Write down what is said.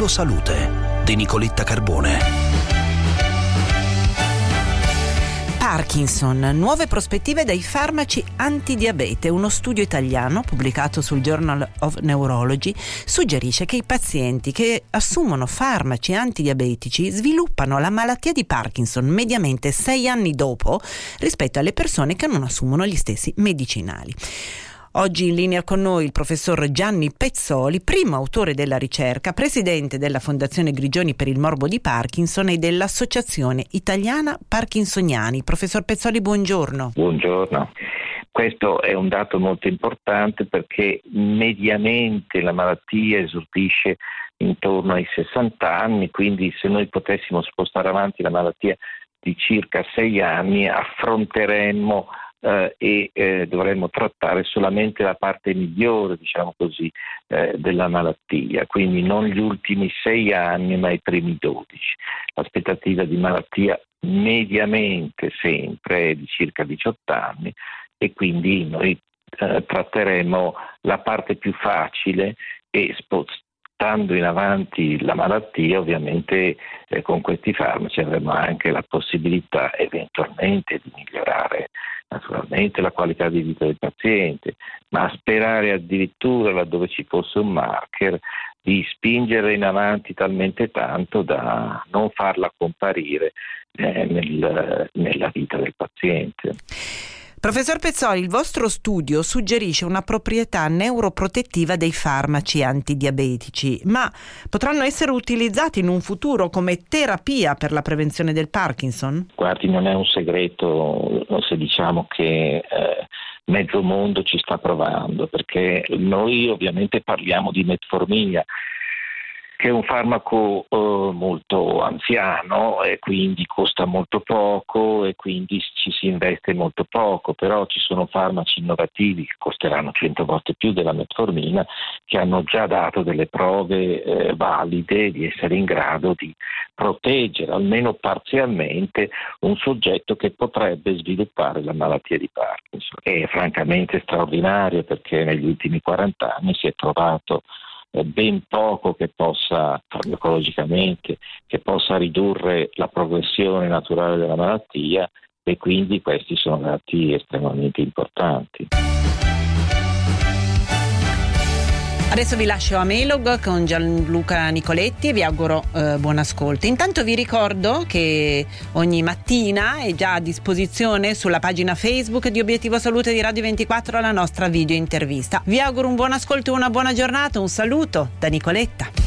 Obiettivo Salute di Nicoletta Carbone. Parkinson, nuove prospettive dai farmaci antidiabete. Uno studio italiano pubblicato sul Journal of Neurology suggerisce che i pazienti che assumono farmaci antidiabetici sviluppano la malattia di Parkinson mediamente 6 anni dopo rispetto alle persone che non assumono gli stessi medicinali. Oggi in linea con noi il professor Gianni Pezzoli, primo autore della ricerca, presidente della Fondazione Grigioni per il morbo di Parkinson e dell'Associazione Italiana Parkinsoniani. Professor Pezzoli, buongiorno. Buongiorno. Questo è un dato molto importante perché mediamente la malattia esordisce intorno ai 60 anni, quindi se noi potessimo spostare avanti la malattia di circa 6 anni affronteremmo dovremmo trattare solamente la parte migliore, diciamo così, della malattia, quindi non gli ultimi 6 anni ma i primi 12. L'aspettativa di malattia mediamente sempre è di circa 18 anni e quindi noi tratteremo la parte più facile e spostando in avanti la malattia, ovviamente con questi farmaci avremo anche la possibilità eventualmente di migliorare naturalmente la qualità di vita del paziente, ma sperare addirittura laddove ci fosse un marker di spingere in avanti talmente tanto da non farla comparire nella vita del paziente. Professor Pezzoli, il vostro studio suggerisce una proprietà neuroprotettiva dei farmaci antidiabetici, ma potranno essere utilizzati in un futuro come terapia per la prevenzione del Parkinson? Guardi, non è un segreto se diciamo che mezzo mondo ci sta provando, perché noi ovviamente parliamo di metformina, che è un farmaco molto anziano e quindi costa molto poco e quindi ci si investe molto poco, però ci sono farmaci innovativi che costeranno 100 volte più della metformina, che hanno già dato delle prove valide di essere in grado di proteggere almeno parzialmente un soggetto che potrebbe sviluppare la malattia di Parkinson. È francamente straordinario perché negli ultimi 40 anni si è trovato ben poco che possa farmacologicamente, che possa ridurre la progressione naturale della malattia e quindi questi sono dati estremamente importanti. Adesso vi lascio a Melog con Gianluca Nicoletti e vi auguro buon ascolto. Intanto vi ricordo che ogni mattina è già a disposizione sulla pagina Facebook di Obiettivo Salute di Radio 24 la nostra video intervista. Vi auguro un buon ascolto e una buona giornata. Un saluto da Nicoletta.